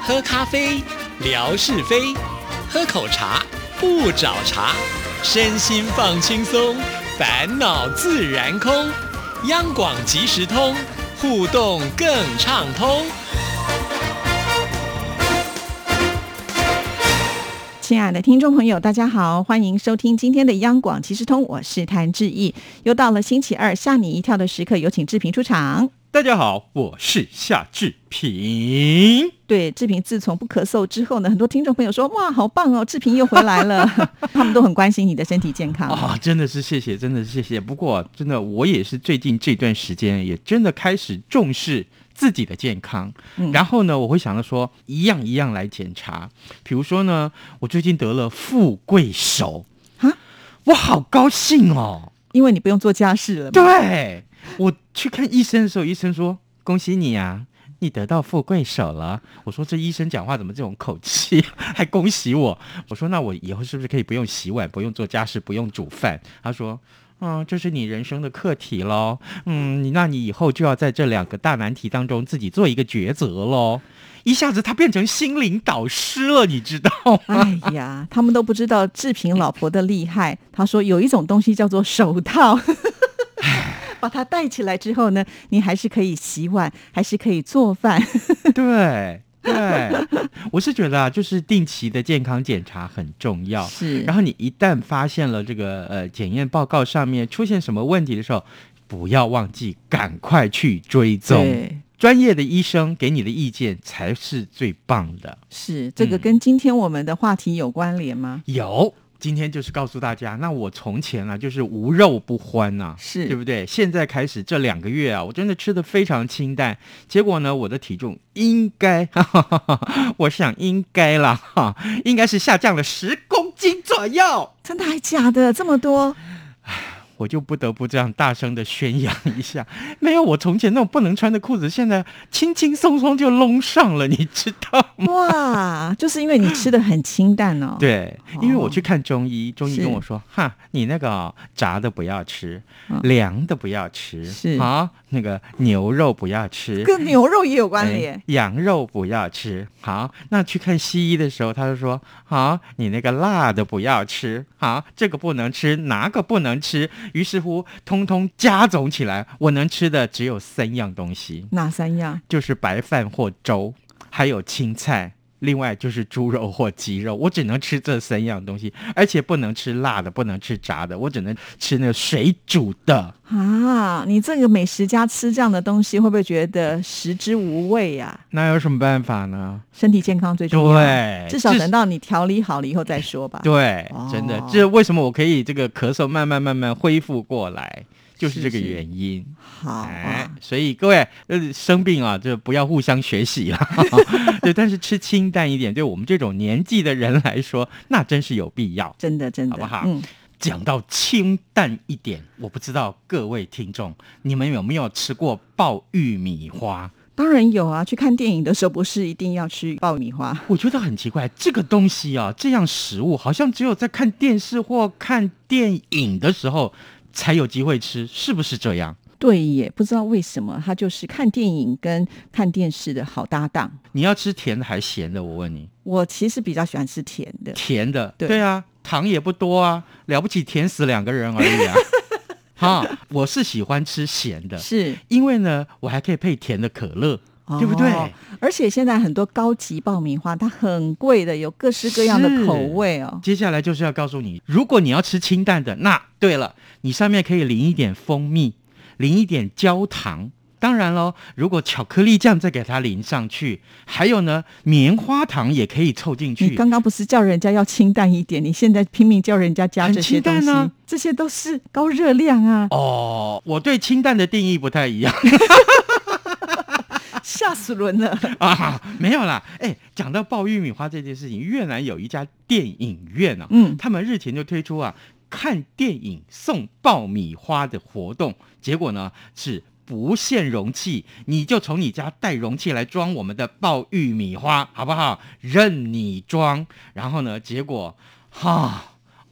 喝咖啡，聊是非；喝口茶，不找茬。身心放轻松，烦恼自然空。央广即时通，互动更畅通。 亲爱的听众朋友，大家好，欢迎收听今天的央广即时通，我是谭志毅。又到了星期二吓你一跳的时刻，有请志平出场。 大家好，我是夏志平。 对，志平自从不咳嗽之后呢，很多听众朋友说哇好棒哦，志平又回来了他们都很关心你的身体健康真的是谢谢，真的是谢谢。不过真的我也是最近这段时间也真的开始重视自己的健康，然后呢我会想到说一样一样来检查。比如说呢，我最近得了富贵手，我好高兴哦， 因为你不用做家事了。 对，我去看医生的时候，医生说恭喜你啊，你得到富贵手了。我说这医生讲话怎么这种口气，还恭喜我。我说那我以后是不是可以不用洗碗，不用做家事，不用煮饭？他说这是你人生的课题咯。那你以后就要在这两个大难题当中自己做一个抉择咯。一下子他变成心灵导师了，你知道吗？ 哎呀，他们都不知道志平老婆的厉害。他说有一种东西叫做手套把它戴起来之后呢，你还是可以洗碗，还是可以做饭对，我是觉得就是定期的健康检查很重要。 是， 然后你一旦发现了这个检验报告上面出现什么问题的时候，不要忘记赶快去追踪。对，专业的医生给你的意见才是最棒的。 是，这个跟今天我们的话题有关联吗？ 有。今天就是告诉大家，那我从前就是无肉不欢是对不对？现在开始这2个月我真的吃得非常清淡，结果呢，我的体重应该我想应该啦应该是下降了10公斤左右。 真的还假的？这么多？ 我就不得不这样大声的宣扬一下，没有我从前那种不能穿的裤子，现在轻轻松松就弄上了，你知道吗？ 哇，就是因为你吃的很清淡哦。 对，因为我去看中医，中医跟我说你那个炸的不要吃，凉的不要吃， 是那个牛肉不要吃， 跟牛肉也有关联， 羊肉不要吃。好，那去看西医的时候，他就说你那个辣的不要吃，这个不能吃，哪个不能吃，于是乎通通加总起来，我能吃的只有3样东西。 哪3样？就是白饭或粥，还有青菜，另外就是猪肉或鸡肉，我只能吃这3样东西，而且不能吃辣的，不能吃炸的，我只能吃那个水煮的。 你这个美食家吃这样的东西，会不会觉得食之无味啊？ 那有什么办法呢？ 身体健康最重要， 对， 至少等到你调理好了以后再说吧。 对，真的，这为什么我可以这个咳嗽慢慢恢复过来，就是这个原因。 好所以各位生病就不要互相学习了对，但是吃清淡一点，对我们这种年纪的人来说，那真是有必要， 真的好不好？讲到清淡一点，我不知道各位听众你们有没有吃过爆玉米花？ 当然有啊，去看电影的时候不是一定要吃爆米花？ 我觉得很奇怪，这个东西这样食物好像只有在看电视或看电影的时候才有机会吃，是不是这样？ 对耶，不知道为什么它就是看电影跟看电视的好搭档。 你要吃甜的还是咸的？我问你。 我其实比较喜欢吃甜的。 甜的，对啊，糖也不多啊，了不起甜死2个人而已我是喜欢吃咸的， 是因为呢我还可以配甜的可乐，对不对？ 而且现在很多高级爆米花它很贵的，有各式各样的口味接下来就是要告诉你，如果你要吃清淡的，那对了，你上面可以淋一点蜂蜜，淋一点焦糖，当然咯，如果巧克力酱再给它淋上去，还有呢棉花糖也可以凑进去。 你刚刚不是叫人家要清淡一点，你现在拼命叫人家加这些东西，这些都是高热量啊。 我对清淡的定义不太一样吓死人了没有啦。讲到爆玉米花这件事情，越南有一家电影院他们日前就推出看电影送爆米花的活动，结果呢是不限容器，你就从你家带容器来装我们的爆玉米花，好不好？任你装。然后呢，结果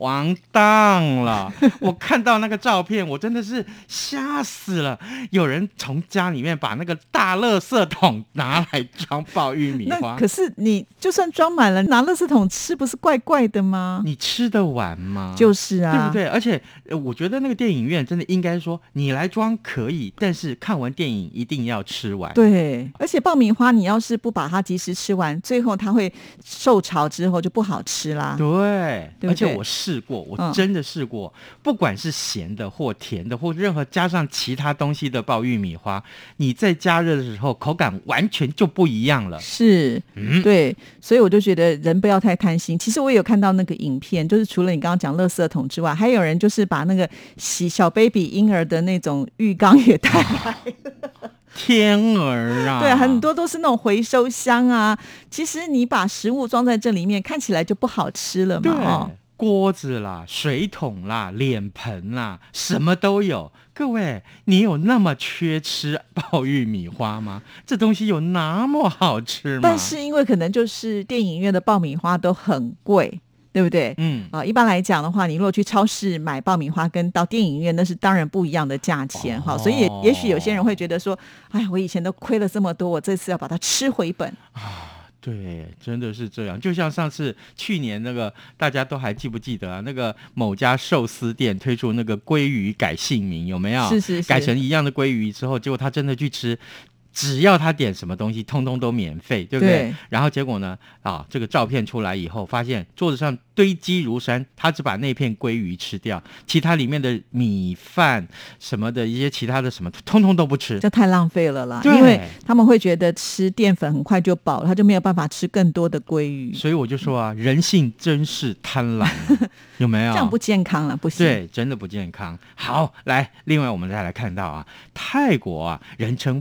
完蛋了！我看到那个照片，我真的是吓死了。有人从家里面把那个大垃圾桶拿来装爆玉米花。 那可是你就算装满了，拿垃圾桶吃不是怪怪的吗？ 你吃得完吗？ 就是啊， 对不对？而且我觉得那个电影院真的应该说，你来装可以，但是看完电影一定要吃完。 对，而且爆米花你要是不把它及时吃完，最后它会受潮之后就不好吃啦。 对， 对不对而且我试过，我真的试过，不管是咸的或甜的，或任何加上其他东西的爆玉米花，你在加热的时候口感完全就不一样了。 是，对，所以我就觉得人不要太贪心。其实我也有看到那个影片，就是除了你刚刚讲垃圾桶之外，还有人就是把那个洗小 baby 婴儿的那种浴缸也带来了。 天儿啊， 对，很多都是那种回收箱啊。其实你把食物装在这里面，看起来就不好吃了嘛。 对，锅子啦、水桶啦、脸盆啦，什么都有。各位，你有那么缺吃爆玉米花吗？这东西有那么好吃吗？ 但是因为可能就是电影院的爆米花都很贵。对不对？一般来讲的话，你如果去超市买爆米花，跟到电影院那是当然不一样的价钱哈。所以也许有些人会觉得说，哎，我以前都亏了这么多，我这次要把它吃回本啊。对，真的是这样。就像去年那个，大家都还记不记得啊？那个某家寿司店推出那个鲑鱼改姓名，有没有？ 是改成一样的鲑鱼之后，结果他真的去吃。只要他点什么东西通通都免费，对不对？然后结果呢这个照片出来以后，发现桌子上堆积如山，他只把那片鲑鱼吃掉，其他里面的米饭什么的一些其他的什么通通都不吃， 这太浪费了啦。因为他们会觉得吃淀粉很快就饱了，他就没有办法吃更多的鲑鱼。 所以我就说人性真是贪婪有没有？ 这样不健康了，不行。 对，真的不健康。好，来，另外我们再来看到泰国人称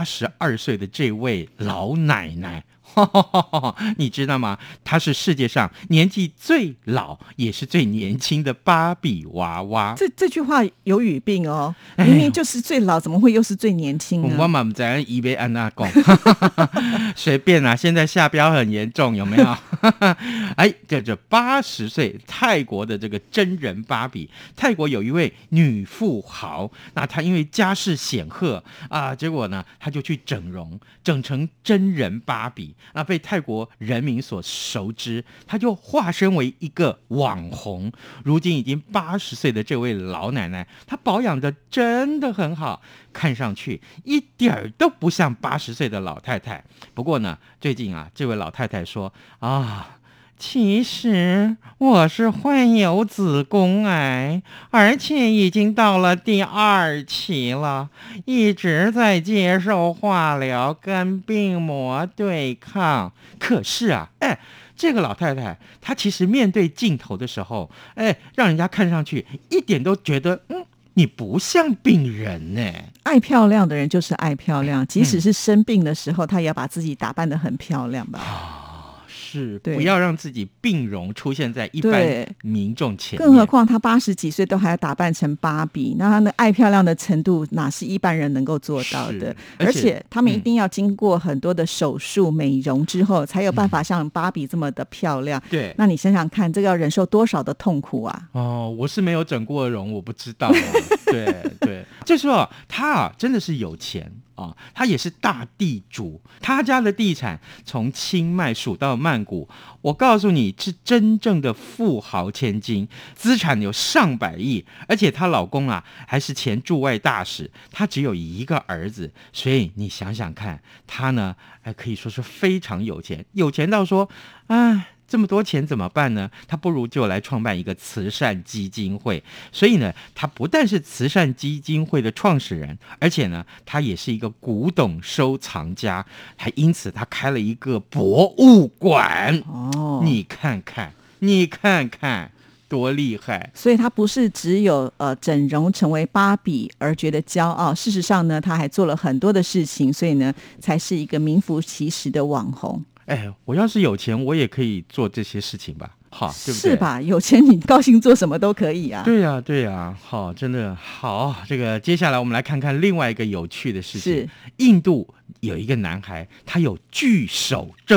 82岁的这位老奶奶你知道吗？她是世界上年纪最老也是最年轻的芭比娃娃。 这句话有语病哦，明明就是最老，怎么会又是最年轻呢？ 我不知道以为安那讲随便现在下标很严重，有没有这80岁泰国的这个真人芭比。泰国有一位女富豪，那她因为家世显赫结果呢她就去整容，整成真人芭比，那被泰国人民所熟知，她就化身为一个网红。如今已经80岁的这位老奶奶，她保养的真的很好，看上去一点都不像80岁的老太太。不过呢，最近这位老太太说其实我是患有子宫癌，而且已经到了第2期了，一直在接受化疗跟病魔对抗。可是这个老太太她其实面对镜头的时候让人家看上去一点都觉得你不像病人呢。 爱漂亮的人就是爱漂亮，即使是生病的时候她也要把自己打扮得很漂亮吧。 是，不要让自己病容出现在一般民众前面。 更何况他80几岁都还要打扮成芭比，那他的爱漂亮的程度哪是一般人能够做到的？而且他们一定要经过很多的手术美容之后，才有办法像芭比这么的漂亮。 对， 那你想想看，这个要忍受多少的痛苦啊！ 我是没有整过容，我不知道对，就说他真的是有钱他也是大地主，他家的地产从清迈数到曼谷，我告诉你是真正的富豪千金，资产有上百亿，而且她老公还是前驻外大使，她只有一个儿子，所以你想想看，她呢可以说是非常有钱，有钱到说这么多钱怎么办呢？他不如就来创办一个慈善基金会。所以呢，他不但是慈善基金会的创始人，而且呢，他也是一个古董收藏家，还因此他开了一个博物馆。你看看多厉害！ 所以他不是只有整容成为芭比而觉得骄傲，事实上呢，他还做了很多的事情，所以呢，才是一个名副其实的网红。 我要是有钱，我也可以做这些事情吧，对不对？ 是吧？有钱你高兴做什么都可以啊。 对呀，好，真的好。这个接下来我们来看看另外一个有趣的事情。印度有一个男孩，他有巨手症。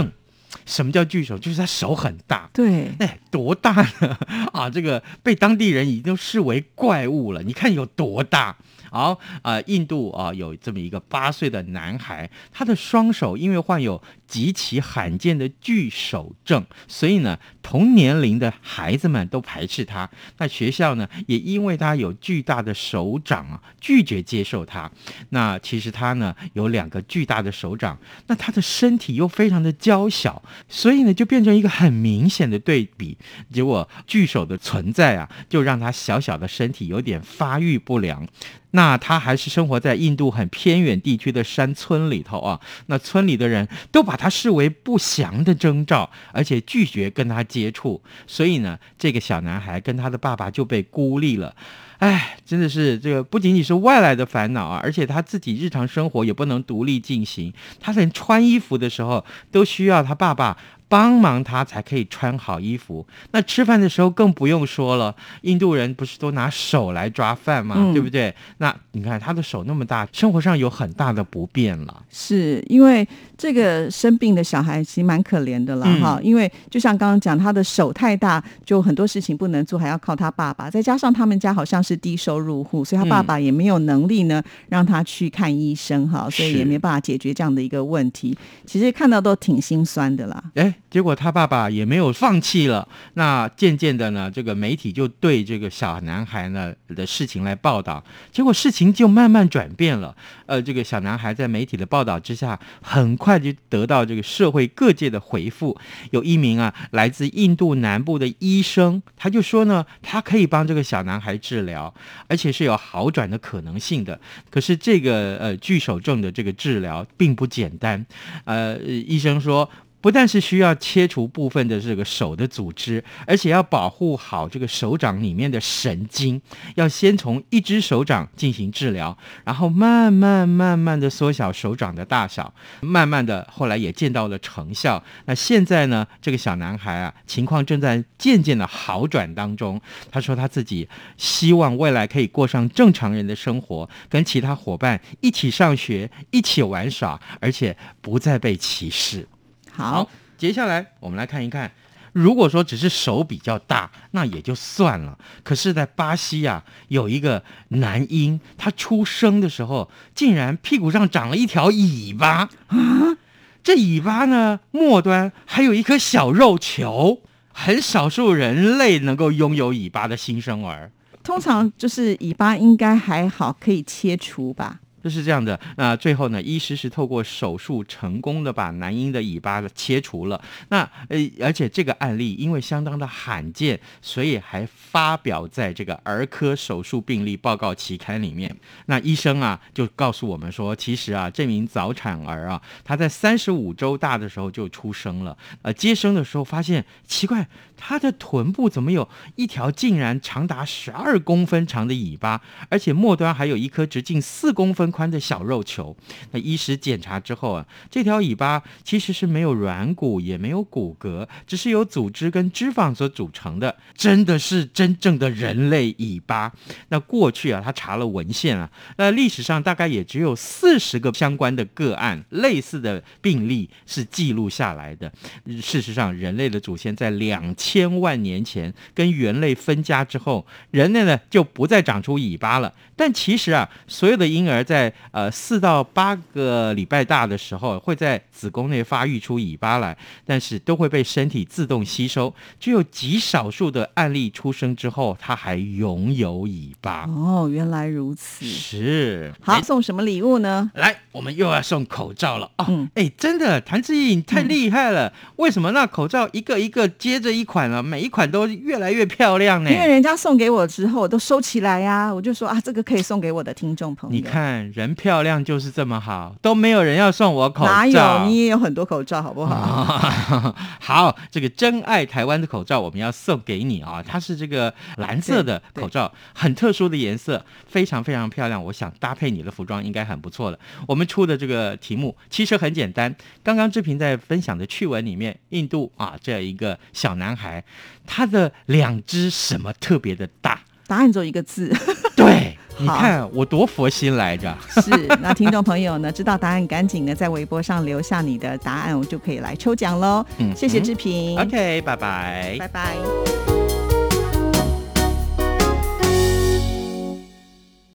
什么叫巨手？就是他手很大。 对， 多大呢？啊，这个被当地人已经视为怪物了。你看有多大？好，印度有这么一个8岁的男孩，他的双手因为患有极其罕见的巨手症，所以呢，同年龄的孩子们都排斥他。那学校呢，也因为他有巨大的手掌拒绝接受他。那其实他呢有2个巨大的手掌，那他的身体又非常的娇小，所以呢就变成一个很明显的对比。结果巨手的存在就让他小小的身体有点发育不良。那他还是生活在印度很偏远地区的山村里头那村里的人都把他视为不祥的征兆，而且拒绝跟他接触，所以呢，这个小男孩跟他的爸爸就被孤立了。真的是这个不仅仅是外来的烦恼而且他自己日常生活也不能独立进行，他连穿衣服的时候都需要他爸爸帮忙他才可以穿好衣服。那吃饭的时候更不用说了，印度人不是都拿手来抓饭吗？对不对？那你看他的手那么大，生活上有很大的不便了。 是因为这个生病的小孩其实蛮可怜的了因为就像刚刚讲，他的手太大，就很多事情不能做，还要靠他爸爸。再加上他们家好像是低收入户，所以他爸爸也没有能力呢让他去看医生所以也没办法解决这样的一个问题。其实看到都挺心酸的啦。 结果他爸爸也没有放弃了。那渐渐的呢，这个媒体就对这个小男孩呢的事情来报道，结果事情就慢慢转变了。这个小男孩在媒体的报道之下，很快就得到这个社会各界的回复。有一名来自印度南部的医生，他就说呢，他可以帮这个小男孩治疗，而且是有好转的可能性的。可是这个巨手症的这个治疗并不简单。医生说，不但是需要切除部分的这个手的组织，而且要保护好这个手掌里面的神经，要先从一只手掌进行治疗，然后慢慢的缩小手掌的大小，慢慢的后来也见到了成效。那现在呢，这个小男孩情况正在渐渐的好转当中。他说他自己希望未来可以过上正常人的生活，跟其他伙伴一起上学，一起玩耍，而且不再被歧视。好，接下来我们来看一看，如果说只是手比较大，那也就算了。可是在巴西有一个男婴，他出生的时候竟然屁股上长了一条尾巴这尾巴呢末端还有一颗小肉球，很少数人类能够拥有尾巴的新生儿。 通常就是尾巴应该还好，可以切除吧。 就是这样的。那最后呢，医师是透过手术成功的把男婴的尾巴切除了。那而且这个案例因为相当的罕见，所以还发表在这个儿科手术病例报告期刊里面。那医生就告诉我们说，其实这名早产儿他在35周大的时候就出生了。接生的时候发现奇怪，他的臀部怎么有一条竟然长达12公分长的尾巴，而且末端还有一颗直径4公分宽的小肉球。那医师检查之后这条尾巴其实是没有软骨也没有骨骼，只是由组织跟脂肪所组成的，真的是真正的人类尾巴。那过去他查了文献那历史上大概也只有40个相关的个案，类似的病例是记录下来的。事实上，人类的祖先在2000万年前跟猿类分家之后，人类呢就不再长出尾巴了。但其实所有的婴儿在4到8个礼拜大的时候会在子宫内发育出尾巴来，但是都会被身体自动吸收，只有极少数的案例出生之后它还拥有尾巴。 原来如此。 是。 好，送什么礼物呢？ 来，我们又要送口罩了真的谭志毅你太厉害了。为什么那口罩一个一个接着一款了，每一款都越来越漂亮呢？ 因为人家送给我之后我都收起来我就说这个可以送给我的听众朋友。 你看人漂亮就是这么好，都没有人要送我口罩。 哪有，你也有很多口罩好不好？ 好，这个真爱台湾的口罩我们要送给你它是这个蓝色的口罩，很特殊的颜色，非常非常漂亮，我想搭配你的服装应该很不错了。我们出的这个题目其实很简单，刚刚志平在分享的趣闻里面，印度这一个小男孩，他的2只什么特别的大？ 答案只有一个字。 对， 你看我多佛心来着。 是，那听众朋友呢，知道答案赶紧呢在微博上留下你的答案，我就可以来抽奖喽。谢谢志平。 OK， 拜拜， 拜拜。